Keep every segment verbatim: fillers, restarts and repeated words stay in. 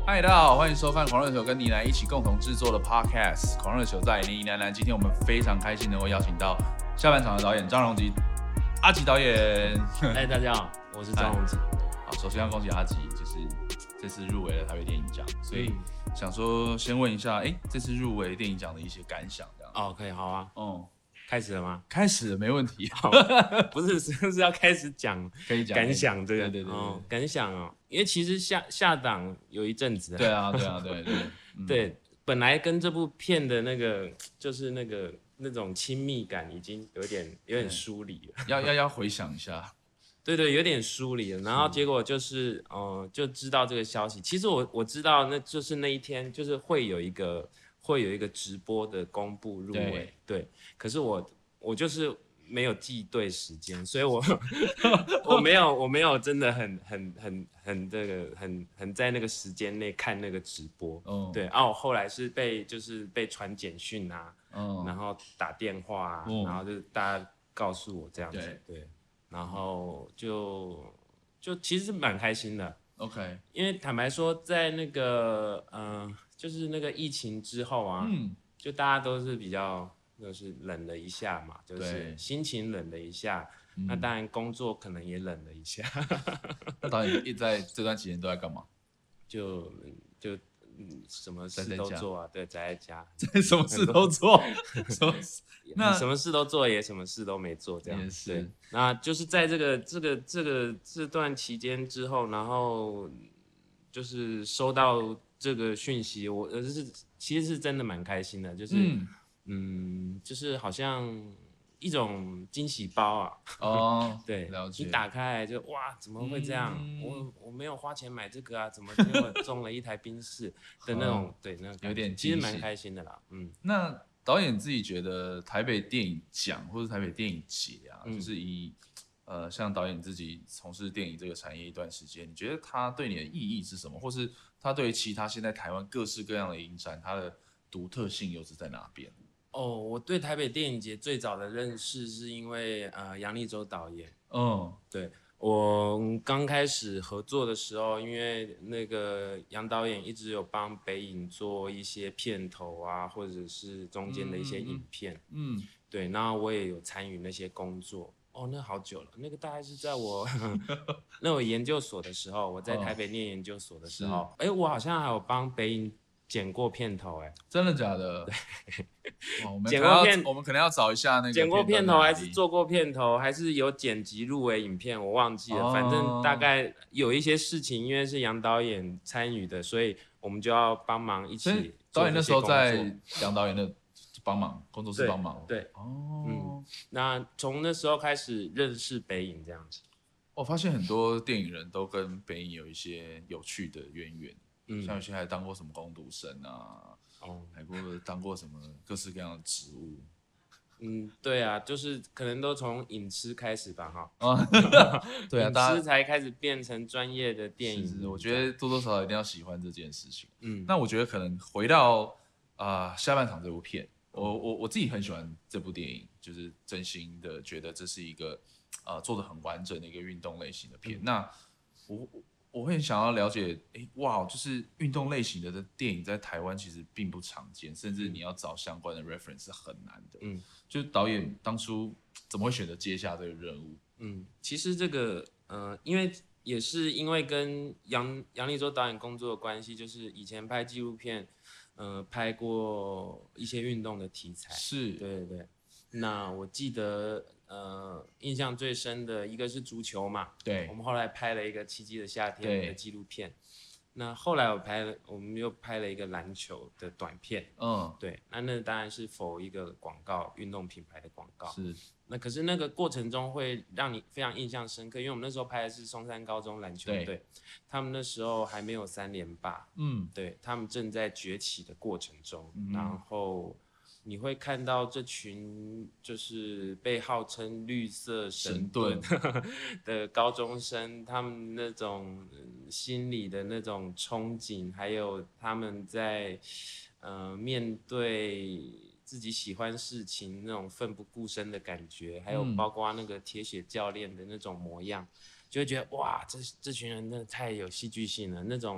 嗨，大家好，欢迎收看狂热球跟倪楠一起共同制作的 Podcast《狂热球在倪楠楠》。今天我们非常开心能够邀请到下半场的导演张荣吉阿吉导演。 嗨，大家好，我是张荣吉。 好，首先要恭喜阿吉，就是这次入围了台北电影奖，所以想说先问一下，哎、欸，这次入围电影奖的一些感想，这样。 哦，可以，好啊。哦、嗯，开始了吗？ 开始了，没问题。 不是，是是要开始讲， 可以讲感想，这个， 对对 对, 对, 对、 哦，感想哦，因为其实下下档有一阵子。 对啊，对啊，对对对、 嗯、对，本来跟这部片的那个就是那个那种亲密感已经有点有点疏离了， 要要要回想一下。 对对，有点疏离了，然后结果就是，嗯、呃，就知道这个消息。其实我我知道，那就是那一天，就是会有一个会有一个直播的公布入围，对。可是我我就是没有记对时间，所以我我没有我没有真的很很很很这个很很在那个时间内看那个直播，哦、对。啊，我后来是被就是被传简讯啊，哦、然后打电话啊，哦、然后就是大家告诉我这样子，对。对，然后就就其实是蛮开心的 ，OK， 因为坦白说，在那个嗯、呃，就是那个疫情之后啊，嗯，就大家都是比较就是冷了一下嘛，就是心情冷了一下，那当然工作可能也冷了一下。 那导演在这段期间都在干嘛？ 就就嗯，什么事都做啊，对，宅在家， 在什么事都做，什么那什么事都做，也什么事都没做，这样也是。对，那就是在这个这个这个这段期间之后，然后就是收到这个讯息，我呃是其实是真的蛮开心的，就是嗯, 嗯，就是好像一种惊喜包啊。哦，对，了解。你打开来就哇，怎么会这样？嗯、我我没有花钱买这个啊，怎么结果中了一台宾士的那种，哦、对，那有点其实蛮开心的啦。嗯， 那导演自己觉得台北电影奖或者台北电影节啊，嗯、就是以呃像导演自己从事电影这个产业一段时间，你觉得它对你的意义是什么？或是它对于其他现在台湾各式各样的影展，它的独特性又是在哪边？ 哦，我对台北电影节最早的认识是因为呃杨力州导演，嗯，对，我刚开始合作的时候，因为那个杨导演一直有帮北影做一些片头啊，或者是中间的一些影片，嗯，嗯对，那我也有参与那些工作。哦，那好久了，那个大概是在我那我研究所的时候，我在台北念研究所的时候，哎、哦，我好像还有帮北影剪过片头，哎， 真的假的？ 对， 我们剪过片，我们可能要找一下那个剪过片头，还是做过片头，还是有剪辑入围影片，我忘记了。哦、反正大概有一些事情，因为是杨导演参与的，所以我们就要帮忙一起。 导演那时候在杨导演的帮忙工作室帮忙。 对，对哦，嗯，那从那时候开始认识北影这样子。 我发现很多电影人都跟北影有一些有趣的渊源。嗯，像有些还当过什么工读生啊，哦，还过当过什么各式各样的职务。 嗯，对啊，就是可能都从影痴开始吧，哈。 对啊， 影痴才开始变成专业的电影。 是是，我觉得多多少少一定要喜欢这件事情。嗯，那我觉得可能回到啊、呃、下半场这部片，我我我自己很喜欢这部电影，就是真心的觉得这是一个啊、呃、做得很完整的一个运动类型的片。嗯、那我。我会很想要了解，哎，哇，就是运动类型的电影在台湾其实并不常见，甚至你要找相关的 reference 是很难的。嗯，就导演当初怎么会选择接下这个任务？ 嗯，其实这个，呃，因为也是因为跟杨杨力州导演工作的关系，就是以前拍纪录片，呃，拍过一些运动的题材。 是， 对对对。那我记得。呃，印象最深的一个是足球嘛， 对， 我们后来拍了一个《奇迹的夏天》的纪录片，那后来我拍了，我们又拍了一个篮球的短片，嗯，对，那那当然是否一个广告，运动品牌的广告， 是， 那可是那个过程中会让你非常印象深刻，因为我们那时候拍的是松山高中篮球队，他们那时候还没有三连霸，嗯，对，他们正在崛起的过程中，嗯、然后。你会看到这群就是被号称绿色神盾的高中生，他们那种心里的那种憧憬，还有他们在呃面对自己喜欢事情那种奋不顾身的感觉，还有包括那个铁血教练的那种模样，就会觉得哇，这这群人真的太有戏剧性了，那种。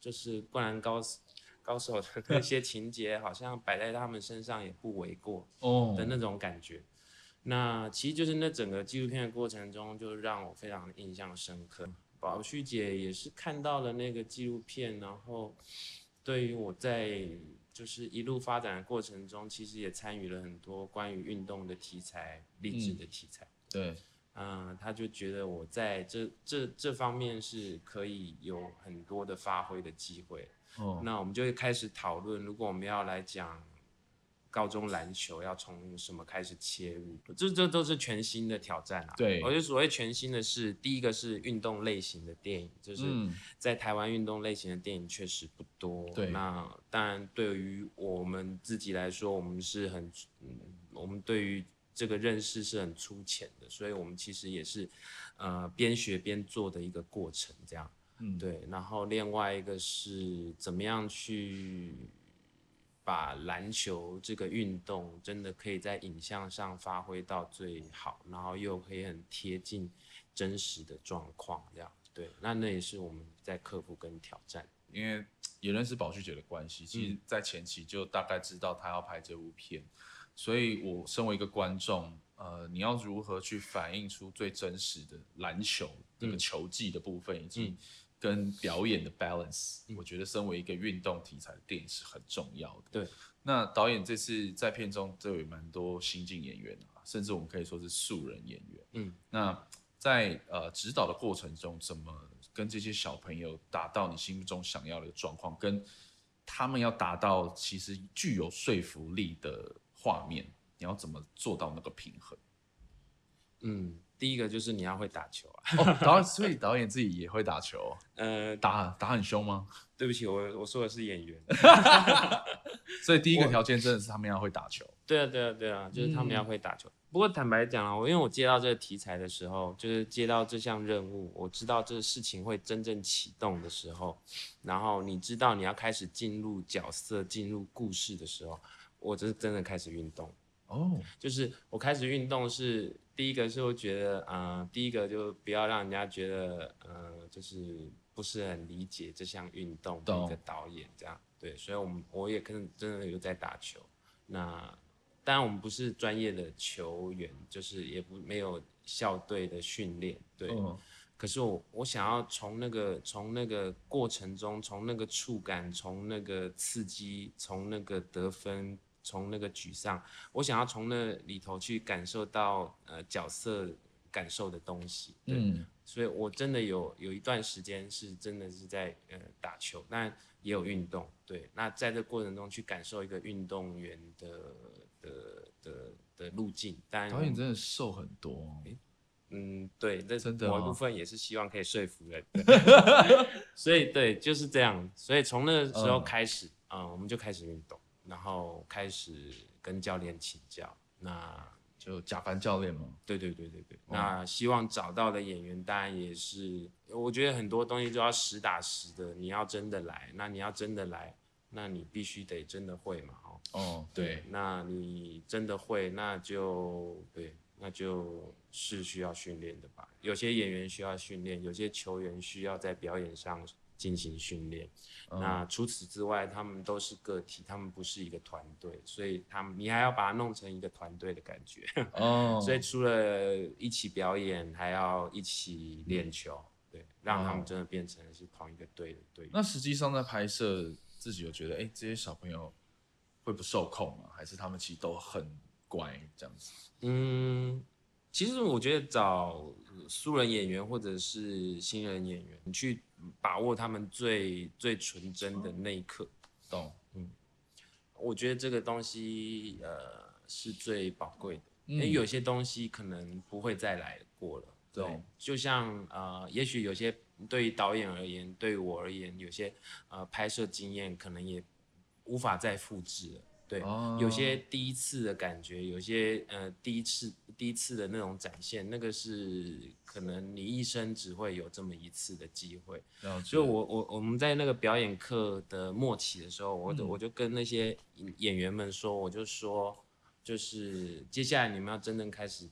就是灌篮高手高手的那些情节，好像摆在他们身上也不为过的那种感觉。那其实就是那整个纪录片的过程中，就让我非常印象深刻。宝旭姐也是看到了那个纪录片，然后对于我在就是一路发展的过程中，其实也参与了很多关于运动的题材、励志的题材。 嗯、对， 嗯、呃，他就觉得我在这这这方面是可以有很多的发挥的机会。哦，那我们就会开始讨论，如果我们要来讲高中篮球，要从什么开始切入？这这都是全新的挑战啊。 对， 我觉得所谓全新的是，第一个是运动类型的电影，就是在台湾运动类型的电影确实不多。 对， 那当然对于我们自己来说，我们是很，嗯，我们对于这个认识是很粗浅的，所以我们其实也是，呃，边学边做的一个过程，这样。嗯，对。然后另外一个是怎么样去把篮球这个运动真的可以在影像上发挥到最好，然后又可以很贴近真实的状况，这样。对，那那也是我们在克服跟挑战。 因为也认识宝旭姐的关系，其实在前期就大概知道她要拍这部片，嗯、所以我身为一个观众，呃，你要如何去反映出最真实的篮球这个球技的部分，嗯、以及跟表演的 balance，嗯、我觉得身为一个运动题材的电影是很重要的。 对， 那导演这次在片中都有蛮多新晋演员啊，甚至我们可以说是素人演员。嗯，那在呃指导的过程中，怎么跟这些小朋友达到你心目中想要的状况，跟他们要达到其实具有说服力的画面，你要怎么做到那个平衡？ 嗯，第一个就是你要会打球啊。 哦，导演，所以导演自己也会打球。呃，打打很凶吗？ 对不起，我我说的是演员。 所以第一个条件真的是他们要会打球。 对啊，对啊，对啊，就是他们要会打球。嗯、不过坦白讲啊，我因为我接到这个题材的时候，就是接到这项任务，我知道这个事情会真正启动的时候，然后你知道你要开始进入角色、进入故事的时候，我就是真的开始运动。哦，就是我开始运动是第一个是我觉得，呃，第一个就不要让人家觉得，呃，就是不是很理解这项运动的一个导演这样。对，所以我们我也可能真的有在打球。那当然我们不是专业的球员，就是也不没有校队的训练，对。嗯、可是我我想要从那个从那个过程中，从那个触感，从那个刺激，从那个得分。从那个沮丧，我想要从那里头去感受到呃角色感受的东西，对，嗯、所以我真的有有一段时间是真的是在呃打球，但也有运动，对，那在这过程中去感受一个运动员的的的的路径。但导演真的瘦很多、哦， 嗯，对，这真的、哦、 某一部分也是希望可以说服人，所以对就是这样，所以从那个时候开始，嗯、呃，我们就开始运动。然后开始跟教练请教，那就贾凡教练吗？ 对对对对对。哦、那希望找到的演员当然也是，我觉得很多东西都要实打实的，你要真的来，那你要真的来，那你必须得真的会嘛，哦。 哦，对。 对，那你真的会，那就对，那就是需要训练的吧。有些演员需要训练，有些球员需要在表演上进行训练，嗯、那除此之外，他们都是个体，他们不是一个团队，所以他们你还要把它弄成一个团队的感觉。哦，所以除了一起表演，还要一起练球，对，让他们真的变成是同一个队的队员。 那实际上在拍摄，自己有觉得，哎，这些小朋友会不受控吗？还是他们其实都很乖这样子？ 嗯。其实我觉得找素人演员或者是新人演员，你去把握他们最最纯真的那一刻， 懂？ 嗯，我觉得这个东西呃是最宝贵的，嗯、因为有些东西可能不会再来过了。对，就像呃，也许有些对于导演而言，对于我而言，有些呃拍摄经验可能也无法再复制了。对，哦、有些第一次的感觉，有些呃第一次第一次的那种展现，那个是可能你一生只会有这么一次的机会。所以我我我们在那个表演课的末期的时候，我就、嗯、我就跟那些演员们说，我就说，就是接下来你们要真正开始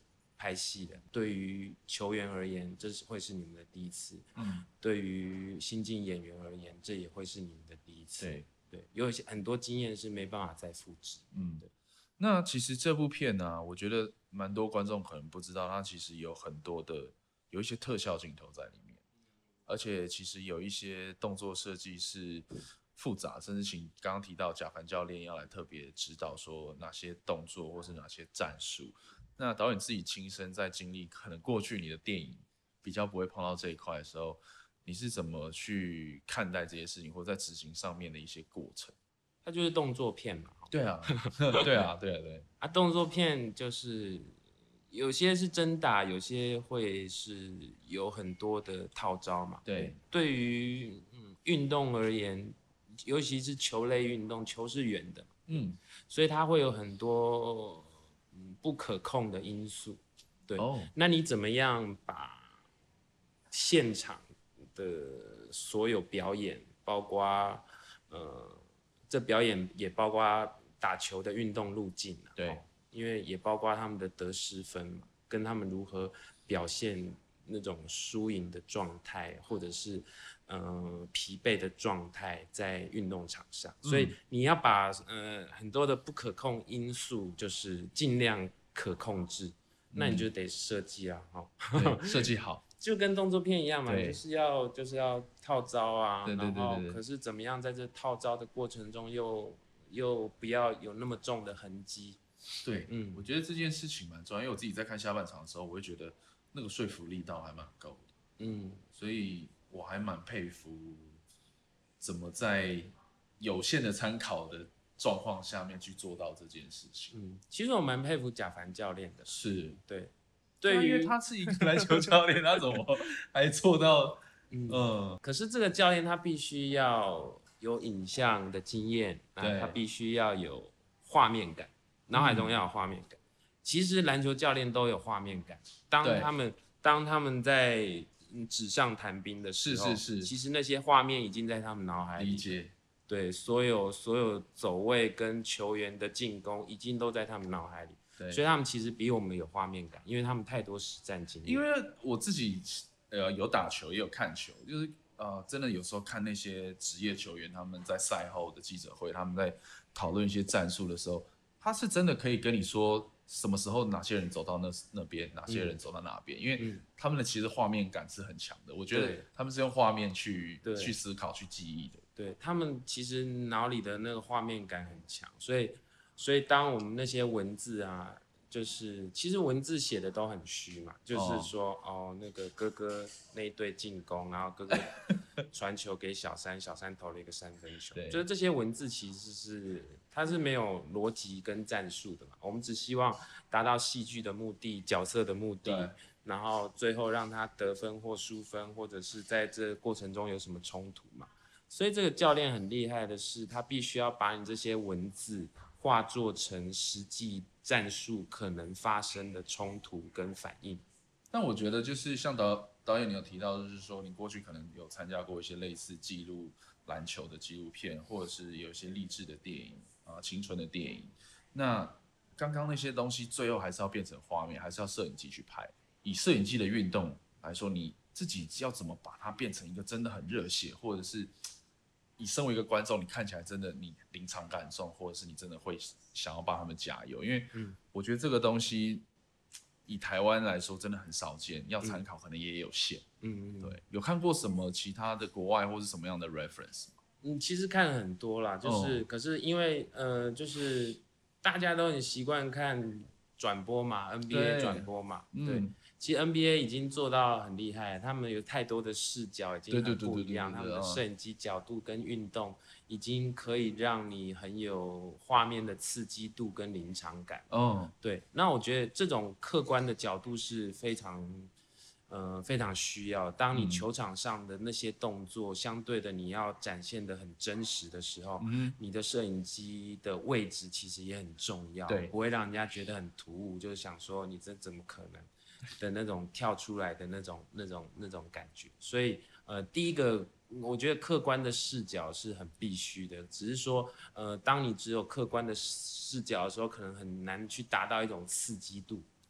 拍戏的，对于球员而言，这是会是你们的第一次。嗯，对于新进演员而言，这也会是你们的第一次。 对对，有一些很多经验是没办法再复制。嗯，对。 那其实这部片呢、啊，我觉得蛮多观众可能不知道，它其实有很多的有一些特效镜头在里面，而且其实有一些动作设计是复杂，甚至请刚刚提到贾凡教练要来特别指导说哪些动作或是哪些战术。那导演自己亲身在经历，可能过去你的电影比较不会碰到这一块的时候，你是怎么去看待这些事情，或在执行上面的一些过程？ 它就是动作片嘛。 对啊，对啊，对啊，对啊，动作片就是有些是真打，有些会是有很多的套招嘛。 对， 对于嗯运动而言，尤其是球类运动，球是圆的，嗯，所以它会有很多嗯不可控的因素。对，哦，那你怎么样把现场的所有表演，包括呃。这表演也包括打球的运动路径、啊、 对， 因为也包括他们的得失分嘛，跟他们如何表现那种输赢的状态，或者是呃疲惫的状态在运动场上，嗯、所以你要把呃很多的不可控因素，就是尽量可控制，嗯、那你就得设计啊，哈， 设计好。 就跟动作片一样嘛，就是要就是要套招啊， 对对对对对， 然后可是怎么样在这套招的过程中又又不要有那么重的痕迹？ 对，嗯，我觉得这件事情蛮重要，因为我自己在看下半场的时候，我会觉得那个说服力道还蛮高的，嗯，所以我还蛮佩服怎么在有限的参考的状况下面去做到这件事情。 嗯，其实我蛮佩服贾凡教练的， 是， 对。 对，因为他是一个篮球教练，他怎么还做到？嗯， 嗯，可是这个教练他必须要有影像的经验，啊，他必须要有画面感，脑海中要有画面感。嗯、其实篮球教练都有画面感，当他们当他们在纸上谈兵的时候， 是是是， 其实那些画面已经在他们脑海里。 理解。 对，所有所有走位跟球员的进攻，已经都在他们脑海里。所以他们其实比我们有画面感，因为他们太多实战经验。 因为我自己呃有打球也有看球，就是呃真的有时候看那些职业球员他们在赛后的记者会，他们在讨论一些战术的时候，他是真的可以跟你说什么时候哪些人走到那那边，哪些人走到哪边，嗯、因为他们的其实画面感是很强的。我觉得他们是用画面去去思考、去记忆的。 对，他们其实脑里的那个画面感很强，所以。所以当我们那些文字啊，就是其实文字写的都很虚嘛，就是说 哦, 哦那个哥哥那一队进攻，然后哥哥传球给小三，小三投了一个三分球，就是这些文字其实是它是没有逻辑跟战术的嘛，我们只希望达到戏剧的目的、角色的目的，然后最后让他得分或输分，或者是在这个过程中有什么冲突嘛。所以这个教练很厉害的是，他必须要把你这些文字化作成实际战术可能发生的冲突跟反应。 但我觉得就是像导导演你有提到，就是说你过去可能有参加过一些类似记录篮球的纪录片，或者是有一些励志的电影啊、青春的电影。那刚刚那些东西最后还是要变成画面，还是要摄影机去拍。以摄影机的运动来说，你自己要怎么把它变成一个真的很热血，或者是你身为一个观众，你看起来真的你临场感受，或者是你真的会想要帮他们加油，因为我觉得这个东西以台湾来说真的很少见，要参考可能也有限。嗯，对，有看过什么其他的国外或是什么样的 reference 吗？ 嗯，其实看很多啦，就是、哦、可是因为呃，就是大家都很习惯看转播嘛 ，N B A 转播嘛，对。对嗯其实 N B A 已经做到很厉害，他们有太多的视角已经很不一样，他们的摄影机角度跟运动已经可以让你很有画面的刺激度跟临场感。哦，对，那我觉得这种客观的角度是非常，呃，非常需要。当你球场上的那些动作，相对的你要展现得很真实的时候，嗯、你的摄影机的位置其实也很重要，对，不会让人家觉得很突兀，就是想说你这怎么可能？的那种跳出来的那种、那种、那种感觉，所以呃，第一个我觉得客观的视角是很必须的，只是说呃，当你只有客观的视角的时候，可能很难去达到一种刺激度。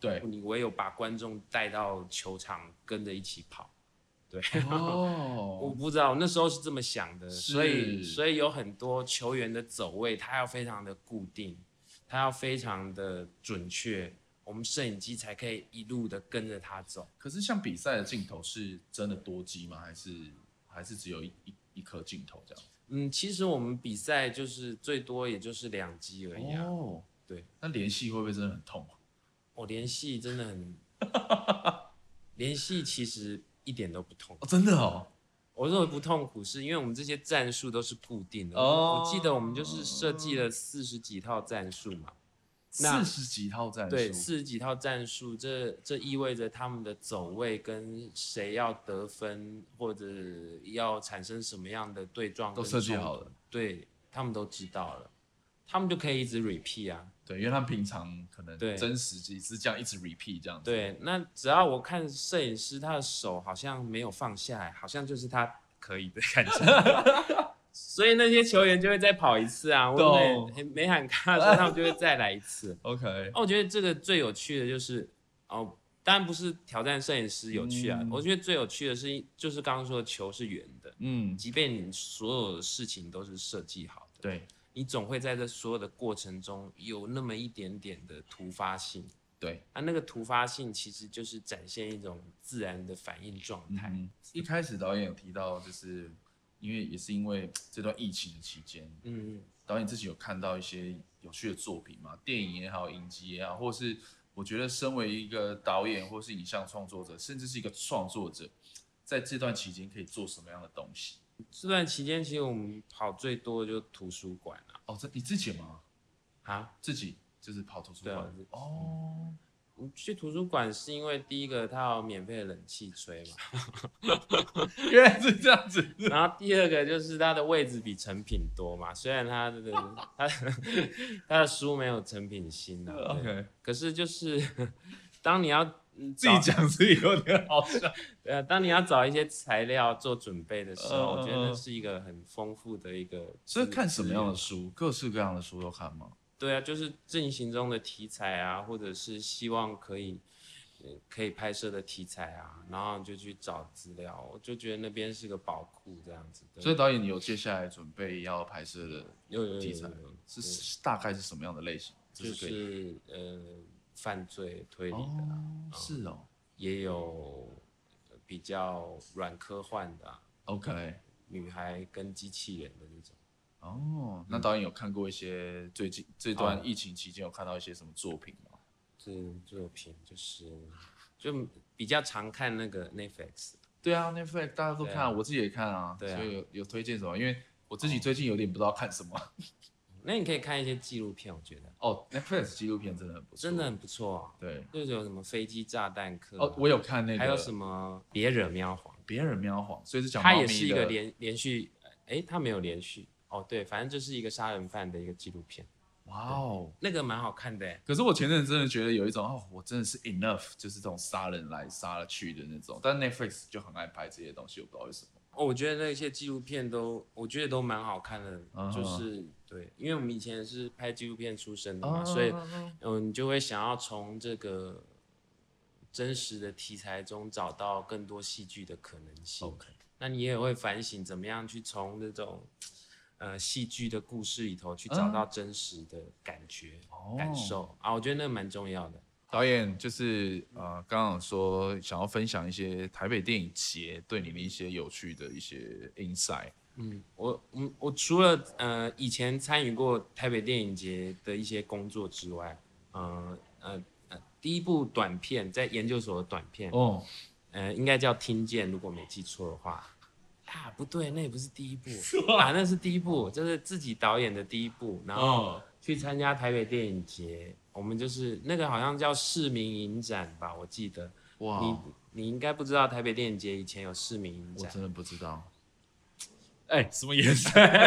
对， 你唯有把观众带到球场，跟着一起跑。对， 哦， 我不知道那时候是这么想的，所以所以有很多球员的走位，他要非常的固定，他要非常的准确，我们摄影机才可以一路的跟着他走。 可是像比赛的镜头是真的多机吗？还是还是只有一一一颗镜头这样子？ 嗯，其实我们比赛就是最多也就是两机而已啊。哦，对， 那连戏会不会真的很痛？ 我、哦、连戏真的很，连戏其实一点都不痛。 哦，真的哦。 我认为不痛苦，是因为我们这些战术都是固定的。哦，我记得我们就是设计了四十几套战术嘛。 四十几套战术。 对，四十几套战术，这这意味着他们的走位跟谁要得分，或者要产生什么样的对撞， 都设计好了。 对，他们都知道了，他们就可以一直 repeat 啊。 对，因为他们平常可能真实也是这样一直 repeat 这样子。 对，那只要我看摄影师他的手好像没有放下来，好像就是他可以的感觉。所以那些球员就会再跑一次啊，我没没喊卡的时候，他们就会再来一次。 OK， 哦，我觉得这个最有趣的就是，哦，当然不是挑战摄影师有趣啊，嗯、我觉得最有趣的是，就是刚刚说的球是圆的，嗯，即便你所有的事情都是设计好的， 对， 你总会在这所有的过程中有那么一点点的突发性。 对， 啊，那个突发性其实就是展现一种自然的反应状态。 嗯、一开始导演有提到，就是因为也是因为这段疫情的期间，嗯，导演自己有看到一些有趣的作品嘛，电影也好，影集也好，或是我觉得身为一个导演或是影像创作者，甚至是一个创作者，在这段期间可以做什么样的东西？ 这段期间其实我们跑最多的就是图书馆啊。 哦，这你自己吗？ 啊， 自己。就是跑图书馆、啊、 哦，我去图书馆是因为第一个它有免费的冷气吹嘛， 原来是这样子。 然后第二个就是它的位置比成品多嘛，虽然它的它它的书没有成品新啊 ，OK， 可是就是当你要自己讲是有点好笑， 对啊，当你要找一些材料做准备的时候，呃、我觉得那是一个很丰富的一个。 所以看什么样的书，各式各样的书都看吗？ 对啊，就是进行中的题材啊，或者是希望可以、呃、可以拍摄的题材啊，然后就去找资料，我就觉得那边是个宝库这样子。 所以导演，你有接下来准备要拍摄的题材有有有有是大概是什么样的类型？ 就是呃犯罪推理的、啊哦，是哦， 也有比较软科幻的、啊、 ，OK， 女孩跟机器人的那种。 哦，那导演有看过一些最近这段疫情期间有看到一些什么作品吗？ 这作品就是就比较常看那个 Netflix。 对啊 ，Netflix 大家都看，啊、我自己也看啊。对啊。所以有有推荐什么？因为我自己最近有点不知道看什么。哦、 那你可以看一些纪录片，我觉得。 哦 ，Netflix 纪录片真的很不错。 真的很不错啊。 对。 就是有什么飞机炸弹客、啊。 哦，我有看那个。 还有什么别惹喵皇？ 别惹喵皇，所以是讲它也是一个连连续，哎，它没有连续。哦，对，反正就是一个杀人犯的一个纪录片。 哇哦， 那个蛮好看的。 可是我前阵真的觉得有一种哦，我真的是 enough， 就是这种杀人来杀了去的那种。但 Netflix 就很爱拍这些东西，我不知道为什么。 哦，我觉得那些纪录片都，我觉得都蛮好看的。Uh-huh. 就是对，因为我们以前是拍纪录片出身的嘛， uh-huh. 所以嗯，你就会想要从这个真实的题材中找到更多戏剧的可能性。 OK， 那你也会反省怎么样去从这种。呃，戏剧的故事里头去找到真实的感觉、嗯、感受啊，我觉得那蛮重要的。 导演就是呃，刚刚说想要分享一些台北电影节对你的一些有趣的一些 insight。 嗯，我嗯我除了呃以前参与过台北电影节的一些工作之外，呃呃呃，第一部短片在研究所的短片哦，呃，应该叫《听见》，如果没记错的话。啊，不对，那也不是第一部啊，那是第一部，就是自己导演的第一部，然后去参加台北电影节，我们就是那个好像叫市民影展吧，我记得。哇，你你应该不知道台北电影节以前有市民影展， 我真的不知道。哎、欸，什么颜色？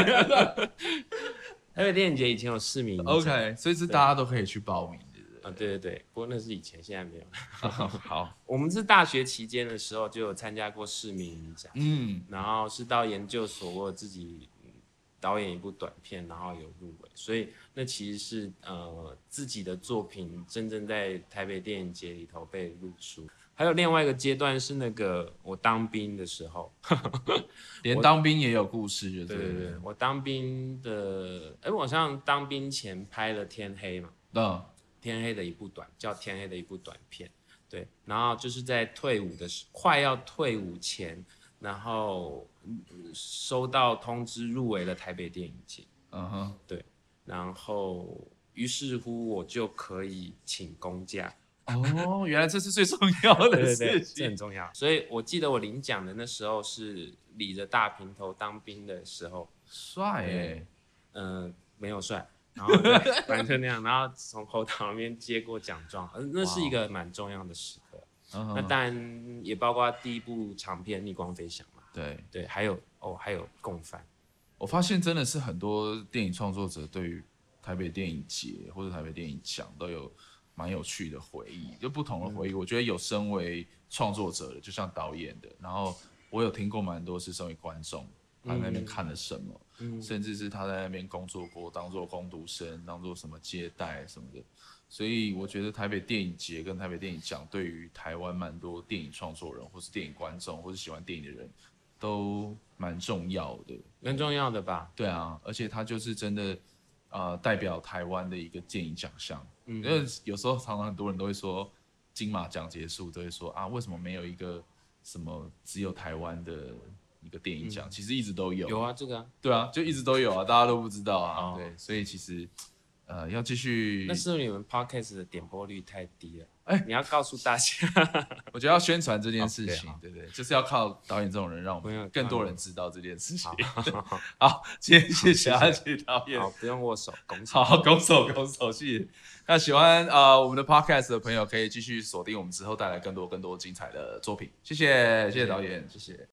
台北电影节以前有市民影展 ，OK， 所以是大家都可以去报名的。 啊，对对对，不过那是以前，现在没有。 好， 我们是大学期间的时候就有参加过市民影展，嗯，然后是到研究所，我自己导演一部短片，然后有入围，所以那其实是呃自己的作品真正在台北电影节里头被入书。还有另外一个阶段是那个我当兵的时候， 连当兵也有故事， 对对对，我当兵的，哎，我好像当兵前拍了《天黑》嘛，嗯，天黑的一部短叫《天黑》的一部短片，对，然后就是在退伍的时，快要退伍前，然后、嗯、收到通知入围了台北电影节，嗯哼，对，然后于是乎我就可以请公假。 哦，原来这是最重要的事情， 对对对，这很重要。所以我记得我领奖的那时候是理着大平头当兵的时候， 帅哎， 嗯、呃，没有帅，然后反正那样，然后从后台那边接过奖状，那是一个蛮重要的时刻。Wow. 那当然也包括第一部长片《逆光飞翔》嘛，对对，还有哦，还有共犯。 我发现真的是很多电影创作者对于台北电影节或者台北电影奖都有蛮有趣的回忆，就不同的回忆。嗯、我觉得有身为创作者的，就像导演的，然后我有听过蛮多是身为观众，他在那边看了什么，嗯、甚至是他在那边工作过，当做工读生，当做什么接待什么的。所以我觉得台北电影节跟台北电影奖对于台湾蛮多电影创作人，或是电影观众，或是喜欢电影的人，都蛮重要的。 蛮重要的吧？ 对啊，而且它就是真的。呃，代表台湾的一个电影奖项，嗯，因为有时候常常很多人都会说，金马奖结束都会说啊，为什么没有一个什么只有台湾的一个电影奖？嗯、其实一直都有， 有啊，这个、啊， 对啊，就一直都有啊，大家都不知道啊，哦、对，所以其实呃要继续， 那是你们 podcast 的点播率太低了。哎，你要告诉大家， 我觉得要宣传这件事情，对对，就是要靠导演这种人，让我们更多人知道这件事情。好，好今天谢谢阿杰导演， 好，不用握手，拱手， 好，拱手，拱手，谢谢。那喜欢呃我们的 podcast 的朋友，可以继续锁定我们之后带来更多更多精彩的作品。谢谢，谢谢导演，谢谢。